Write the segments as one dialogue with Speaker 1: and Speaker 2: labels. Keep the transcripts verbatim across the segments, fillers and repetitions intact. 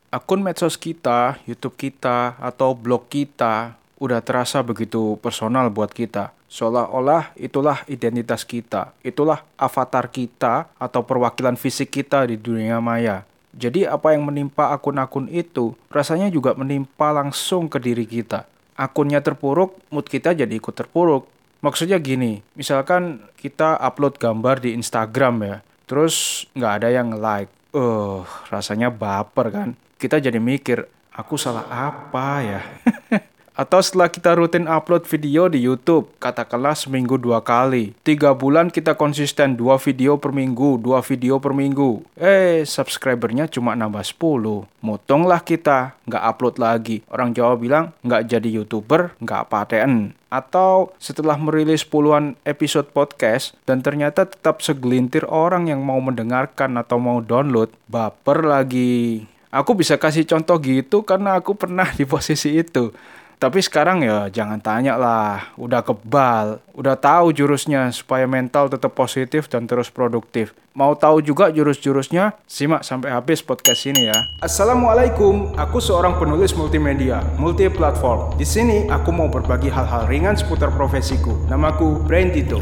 Speaker 1: Akun medsos kita, YouTube kita, atau blog kita udah terasa begitu personal buat kita. Seolah-olah itulah identitas kita, itulah avatar kita atau perwakilan fisik kita di dunia maya. Jadi apa yang menimpa akun-akun itu rasanya juga menimpa langsung ke diri kita. Akunnya terpuruk, mood kita jadi ikut terpuruk. Maksudnya gini, misalkan kita upload gambar di Instagram ya, terus nggak ada yang like. Eh, rasanya baper kan? Kita jadi mikir, aku salah apa ya? Atau setelah kita rutin upload video di YouTube, katakanlah seminggu dua kali. Tiga bulan kita konsisten dua video per minggu, dua video per minggu. Eh, subscribernya cuma nambah sepuluh. Motonglah kita, nggak upload lagi. Orang Jawa bilang, nggak jadi YouTuber, nggak paten. Atau setelah merilis puluhan episode podcast, dan ternyata tetap segelintir orang yang mau mendengarkan atau mau download, baper lagi. Aku bisa kasih contoh gitu karena aku pernah di posisi itu. Tapi sekarang ya jangan tanya lah, udah kebal, udah tahu jurusnya supaya mental tetap positif dan terus produktif. Mau tahu juga jurus-jurusnya? Simak sampai habis podcast ini ya. Assalamualaikum, aku seorang penulis multimedia, multi platform. Di sini aku mau berbagi hal-hal ringan seputar profesiku. Namaku Brain Tito.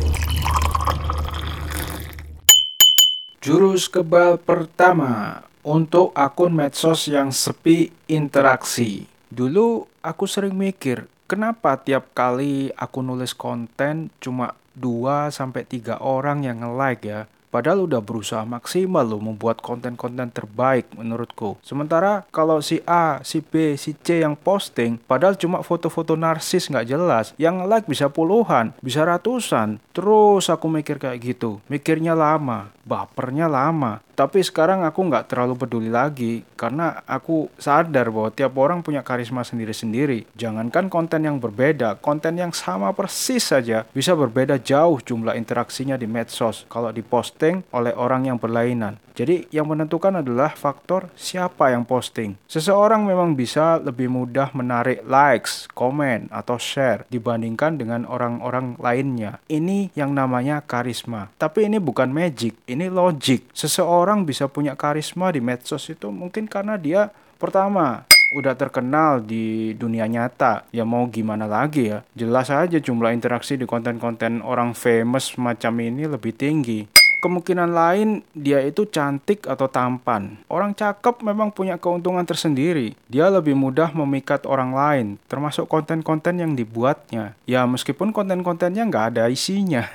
Speaker 1: Jurus kebal pertama untuk akun medsos yang sepi interaksi. Dulu aku sering mikir, kenapa tiap kali aku nulis konten cuma dua sampai tiga orang yang nge-like ya? Padahal udah berusaha maksimal loh membuat konten-konten terbaik menurutku. Sementara kalau si A, si B, si C yang posting, padahal cuma foto-foto narsis nggak jelas, yang like bisa puluhan, bisa ratusan. Terus aku mikir kayak gitu, mikirnya lama, bapernya lama. Tapi sekarang aku nggak terlalu peduli lagi, karena aku sadar bahwa tiap orang punya karisma sendiri-sendiri. Jangankan konten yang berbeda, konten yang sama persis saja bisa berbeda jauh jumlah interaksinya di medsos kalau diposting oleh orang yang berlainan. Jadi yang menentukan adalah faktor siapa yang posting. Seseorang memang bisa lebih mudah menarik likes, komen, atau share dibandingkan dengan orang-orang lainnya. Ini yang namanya karisma. Tapi ini bukan magic, ini logic. Seseorang bisa punya karisma di medsos itu mungkin karena dia pertama udah terkenal di dunia nyata. Ya mau gimana lagi ya. Jelas aja jumlah interaksi di konten-konten orang famous macam ini lebih tinggi. Kemungkinan lain dia itu cantik atau tampan. Orang cakep memang punya keuntungan tersendiri. Dia lebih mudah memikat orang lain, termasuk konten-konten yang dibuatnya. Ya meskipun konten-kontennya nggak ada isinya.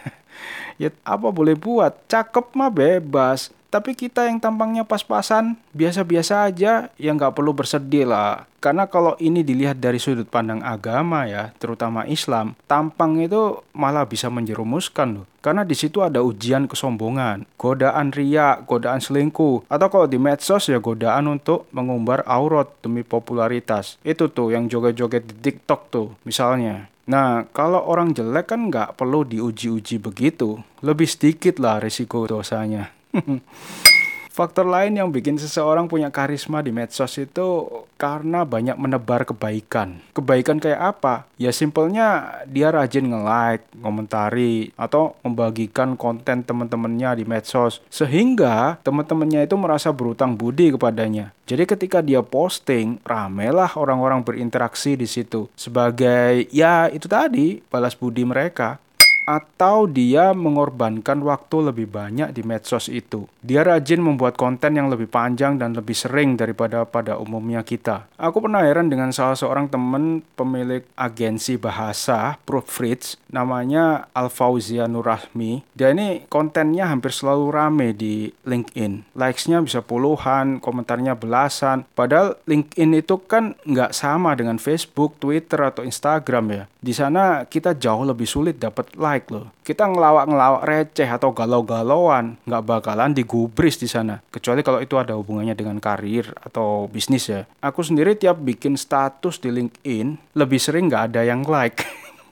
Speaker 1: Ya apa boleh buat, cakep mah bebas. Tapi kita yang tampangnya pas-pasan, biasa-biasa aja, ya nggak perlu bersedih lah. Karena kalau ini dilihat dari sudut pandang agama ya, terutama Islam, tampang itu malah bisa menjerumuskan loh. Karena di situ ada ujian kesombongan, godaan riya, godaan selingkuh, atau kalau di medsos ya godaan untuk mengumbar aurat demi popularitas. Itu tuh yang joget-joget di TikTok tuh misalnya. Nah, kalau orang jelek kan nggak perlu diuji-uji begitu. Lebih sedikit lah risiko dosanya. Faktor lain yang bikin seseorang punya karisma di medsos itu karena banyak menebar kebaikan. Kebaikan kayak apa? Ya simpelnya dia rajin nge-like, ngomentari, atau membagikan konten teman-temannya di medsos. Sehingga teman-temannya itu merasa berutang budi kepadanya. Jadi ketika dia posting, ramelah orang-orang berinteraksi di situ. Sebagai, ya itu tadi, balas budi mereka. Atau dia mengorbankan waktu lebih banyak di medsos itu. Dia rajin membuat konten yang lebih panjang dan lebih sering daripada pada umumnya kita. Aku pernah heran dengan salah seorang teman pemilik agensi bahasa, Proofreads, namanya Al-Fauzia Nurrahmi. Dia ini kontennya hampir selalu rame di LinkedIn. Likes-nya bisa puluhan, komentarnya belasan. Padahal LinkedIn itu kan nggak sama dengan Facebook, Twitter, atau Instagram ya. Di sana kita jauh lebih sulit dapat like loh. Kita ngelawak-ngelawak receh atau galau-galauan nggak bakalan digubris di sana. Kecuali kalau itu ada hubungannya dengan karir atau bisnis ya. Aku sendiri tiap bikin status di LinkedIn lebih sering nggak ada yang like.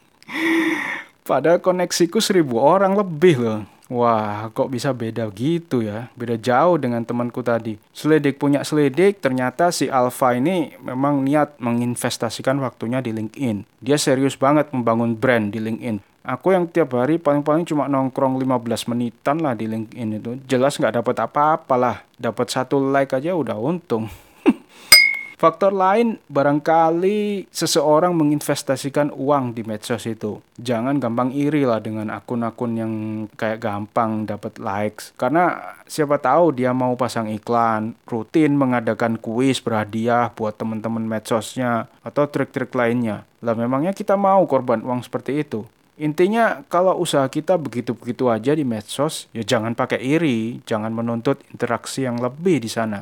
Speaker 1: Padahal koneksiku seribu orang lebih loh. Wah, kok bisa beda gitu ya? Beda jauh dengan temanku tadi. Selidik punya selidik, ternyata si Alfa ini memang niat menginvestasikan waktunya di LinkedIn. Dia serius banget membangun brand di LinkedIn. Aku yang tiap hari paling-paling cuma nongkrong lima belas menitan lah di LinkedIn itu. Jelas nggak dapat apa-apa lah. Dapat satu like aja udah untung. Faktor lain, barangkali seseorang menginvestasikan uang di medsos itu. Jangan gampang iri lah dengan akun-akun yang kayak gampang dapat likes. Karena siapa tahu dia mau pasang iklan, rutin mengadakan kuis berhadiah buat teman-teman medsosnya, atau trik-trik lainnya. Lah memangnya kita mau korban uang seperti itu? Intinya kalau usaha kita begitu-begitu aja di medsos, ya jangan pakai iri, jangan menuntut interaksi yang lebih di sana.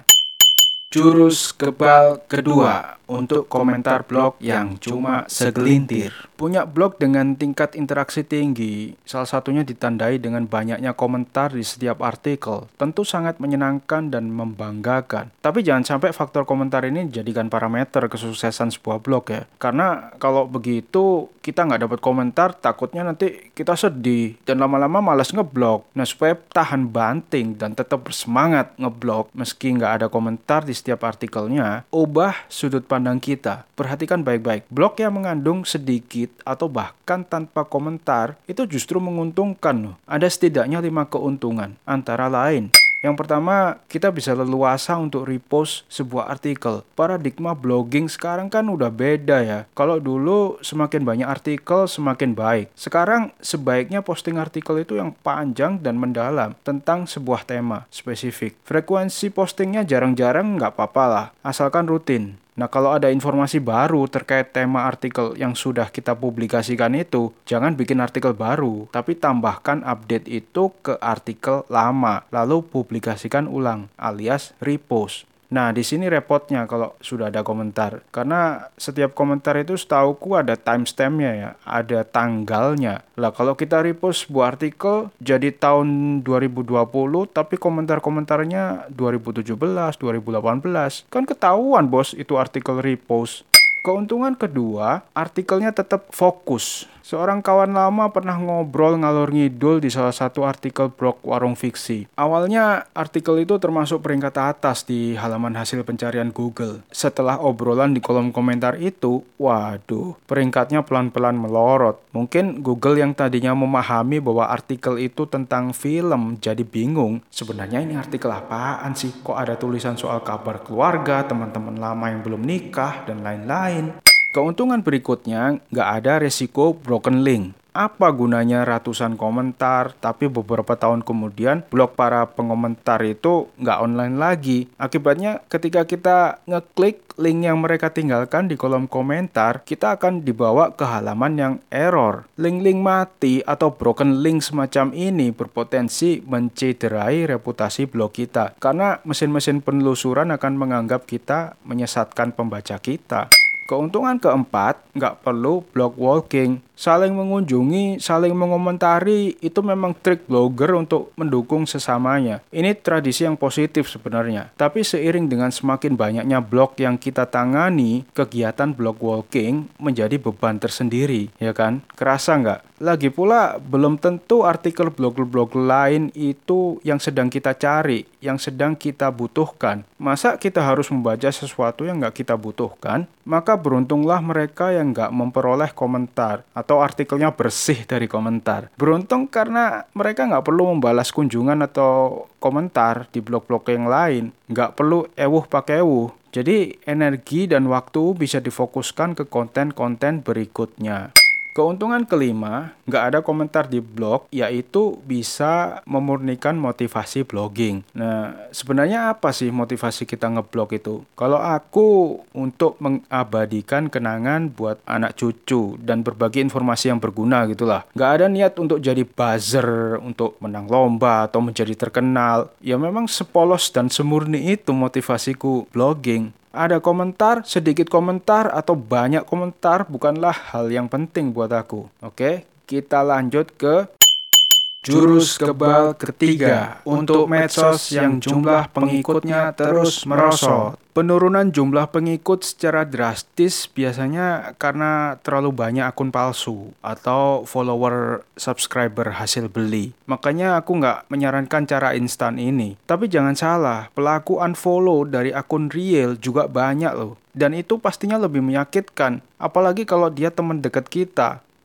Speaker 1: Jurus kebal kedua untuk komentar blog yang cuma segelintir. Punya blog dengan tingkat interaksi tinggi, salah satunya ditandai dengan banyaknya komentar di setiap artikel, tentu sangat menyenangkan dan membanggakan. Tapi jangan sampai faktor komentar ini dijadikan parameter kesuksesan sebuah blog ya. Karena kalau begitu kita nggak dapat komentar, takutnya nanti kita sedih dan lama-lama malas ngeblog. Nah, supaya tahan banting dan tetap bersemangat ngeblog meski nggak ada komentar di setiap artikelnya, ubah sudut pandang kita. Perhatikan baik-baik. Blog yang mengandung sedikit atau bahkan tanpa komentar itu justru menguntungkan loh. Ada setidaknya lima keuntungan. Antara lain, yang pertama, kita bisa leluasa untuk repost sebuah artikel. Paradigma blogging sekarang kan udah beda ya. Kalau dulu semakin banyak artikel semakin baik. Sekarang sebaiknya posting artikel itu yang panjang dan mendalam tentang sebuah tema spesifik. Frekuensi postingnya jarang-jarang nggak apa-apa lah, asalkan rutin. Nah, kalau ada informasi baru terkait tema artikel yang sudah kita publikasikan itu, jangan bikin artikel baru, tapi tambahkan update itu ke artikel lama, lalu publikasikan ulang, alias repost. Nah, di sini repotnya kalau sudah ada komentar. Karena setiap komentar itu setauku ada timestamp-nya ya, ada tanggalnya. Lah, kalau kita repost sebuah artikel jadi tahun dua ribu dua puluh, tapi komentar-komentarnya dua ribu tujuh belas, dua ribu delapan belas. Kan ketahuan bos itu artikel repost. Keuntungan kedua, artikelnya tetap fokus. Seorang kawan lama pernah ngobrol ngalor ngidul di salah satu artikel blog warung fiksi. Awalnya artikel itu termasuk peringkat atas di halaman hasil pencarian Google. Setelah obrolan di kolom komentar itu, waduh, peringkatnya pelan-pelan melorot. Mungkin Google yang tadinya memahami bahwa artikel itu tentang film jadi bingung. Sebenarnya ini artikel apaan sih? Kok ada tulisan soal kabar keluarga, teman-teman lama yang belum nikah, dan lain-lain. Keuntungan berikutnya, nggak ada resiko broken link. Apa gunanya ratusan komentar, tapi beberapa tahun kemudian blog para pengomentar itu nggak online lagi. Akibatnya ketika kita ngeklik link yang mereka tinggalkan di kolom komentar, kita akan dibawa ke halaman yang error. Link-link mati atau broken link semacam ini berpotensi mencederai reputasi blog kita. Karena mesin-mesin penelusuran akan menganggap kita menyesatkan pembaca kita. Keuntungan keempat, nggak perlu blog walking. Saling mengunjungi, saling mengomentari, itu memang trik blogger untuk mendukung sesamanya. Ini tradisi yang positif sebenarnya. Tapi seiring dengan semakin banyaknya blog yang kita tangani, kegiatan blog walking menjadi beban tersendiri, ya kan? Kerasa nggak? Lagi pula, belum tentu artikel blog-blog lain itu yang sedang kita cari, yang sedang kita butuhkan. Masa kita harus membaca sesuatu yang nggak kita butuhkan? Maka beruntunglah mereka yang nggak memperoleh komentar atau artikelnya bersih dari komentar. Beruntung karena mereka nggak perlu membalas kunjungan atau komentar di blog-blog yang lain. Nggak perlu ewuh pakai ewuh. Jadi energi dan waktu bisa difokuskan ke konten-konten berikutnya. Keuntungan kelima, nggak ada komentar di blog, yaitu bisa memurnikan motivasi blogging. Nah, sebenarnya apa sih motivasi kita ngeblog itu? Kalau aku untuk mengabadikan kenangan buat anak cucu dan berbagi informasi yang berguna gitulah. Nggak ada niat untuk jadi buzzer, untuk menang lomba atau menjadi terkenal. Ya memang sepolos dan semurni itu motivasiku blogging. Ada komentar, sedikit komentar, atau banyak komentar bukanlah hal yang penting buat aku. Oke, kita lanjut ke jurus kebal ketiga untuk medsos yang jumlah pengikutnya terus merosot. Penurunan jumlah pengikut secara drastis biasanya karena terlalu banyak akun palsu atau follower subscriber hasil beli. Makanya aku nggak menyarankan cara instan ini. Tapi jangan salah, pelaku unfollow dari akun real juga banyak loh. Dan itu pastinya lebih menyakitkan, apalagi kalau dia teman dekat kita.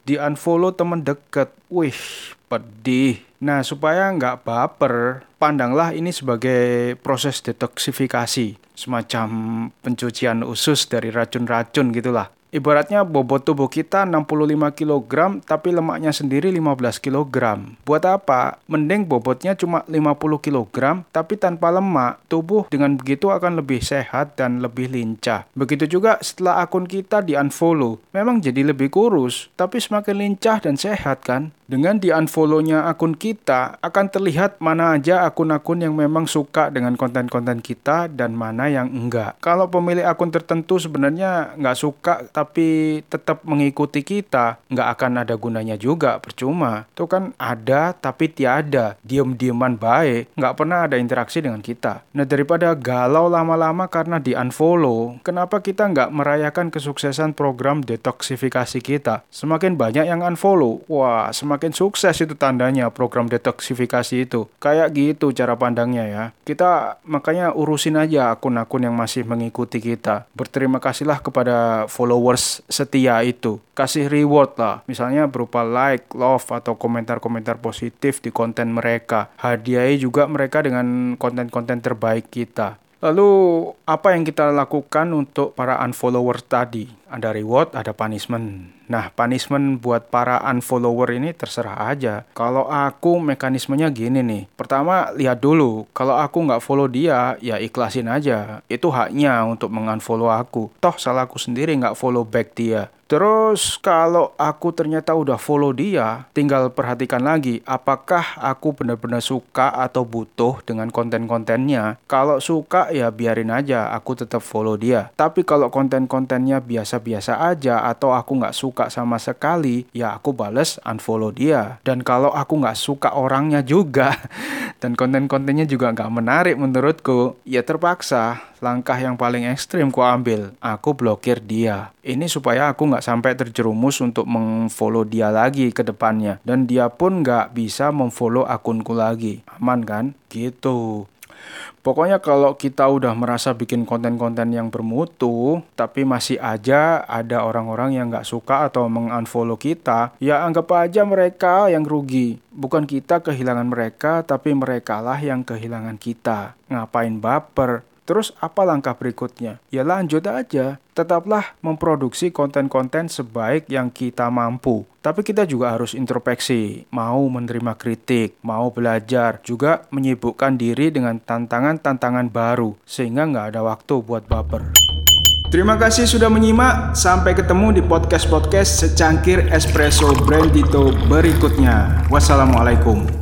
Speaker 1: di-unfollow teman deket. Wih, pedih. Nah, supaya nggak baper, pandanglah ini sebagai proses detoksifikasi, semacam pencucian usus dari racun-racun gitulah. Ibaratnya bobot tubuh kita enam puluh lima kilogram, tapi lemaknya sendiri lima belas kilogram. Buat apa? Mending bobotnya cuma lima puluh kilogram, tapi tanpa lemak. Tubuh dengan begitu akan lebih sehat dan lebih lincah. Begitu juga setelah akun kita di-unfollow. Memang jadi lebih kurus, tapi semakin lincah dan sehat kan? Dengan di-unfollow-nya akun kita, akan terlihat mana aja akun-akun yang memang suka dengan konten-konten kita dan mana yang enggak. Kalau pemilik akun tertentu sebenarnya nggak suka, tapi tetap mengikuti kita, nggak akan ada gunanya juga, percuma. Itu kan ada tapi tiada, diem-dieman baik, nggak pernah ada interaksi dengan kita. Nah, daripada galau lama-lama karena di-unfollow, kenapa kita nggak merayakan kesuksesan program detoksifikasi kita? Semakin banyak yang unfollow, wah semakin sukses itu tandanya program detoksifikasi itu. Kayak gitu cara pandangnya ya. Kita makanya urusin aja akun-akun yang masih mengikuti kita. Berterima kasihlah kepada followers setia itu. Kasih reward lah. Misalnya berupa like, love, atau komentar-komentar positif di konten mereka. Hadiahi juga mereka dengan konten-konten terbaik kita. Lalu, apa yang kita lakukan untuk para unfollower tadi? Ada reward, ada punishment. Nah, punishment buat para unfollower ini terserah aja. Kalau aku mekanismenya gini nih. Pertama, lihat dulu. Kalau aku nggak follow dia, ya ikhlasin aja. Itu haknya untuk mengunfollow aku. Toh salah aku sendiri nggak follow back dia. Terus kalau aku ternyata udah follow dia, tinggal perhatikan lagi apakah aku benar-benar suka atau butuh dengan konten-kontennya. Kalau suka ya biarin aja, aku tetap follow dia. Tapi kalau konten-kontennya biasa-biasa aja atau aku nggak suka sama sekali, ya aku bales unfollow dia. Dan kalau aku nggak suka orangnya juga dan konten-kontennya juga nggak menarik menurutku, ya terpaksa langkah yang paling ekstrim ku ambil, aku blokir dia. Ini supaya aku nggak sampai terjerumus untuk mengfollow dia lagi ke depannya. Dan dia pun nggak bisa memfollow akunku lagi. Aman kan? Gitu. Pokoknya kalau kita udah merasa bikin konten-konten yang bermutu, tapi masih aja ada orang-orang yang nggak suka atau mengunfollow kita, ya anggap aja mereka yang rugi. Bukan kita kehilangan mereka, tapi merekalah yang kehilangan kita. Ngapain baper? Terus apa langkah berikutnya? Ya lanjut aja. Tetaplah memproduksi konten-konten sebaik yang kita mampu. Tapi kita juga harus introspeksi, mau menerima kritik, mau belajar, juga menyibukkan diri dengan tantangan-tantangan baru, sehingga nggak ada waktu buat baper. Terima kasih sudah menyimak. Sampai ketemu di podcast-podcast secangkir espresso Brandito berikutnya. Wassalamualaikum.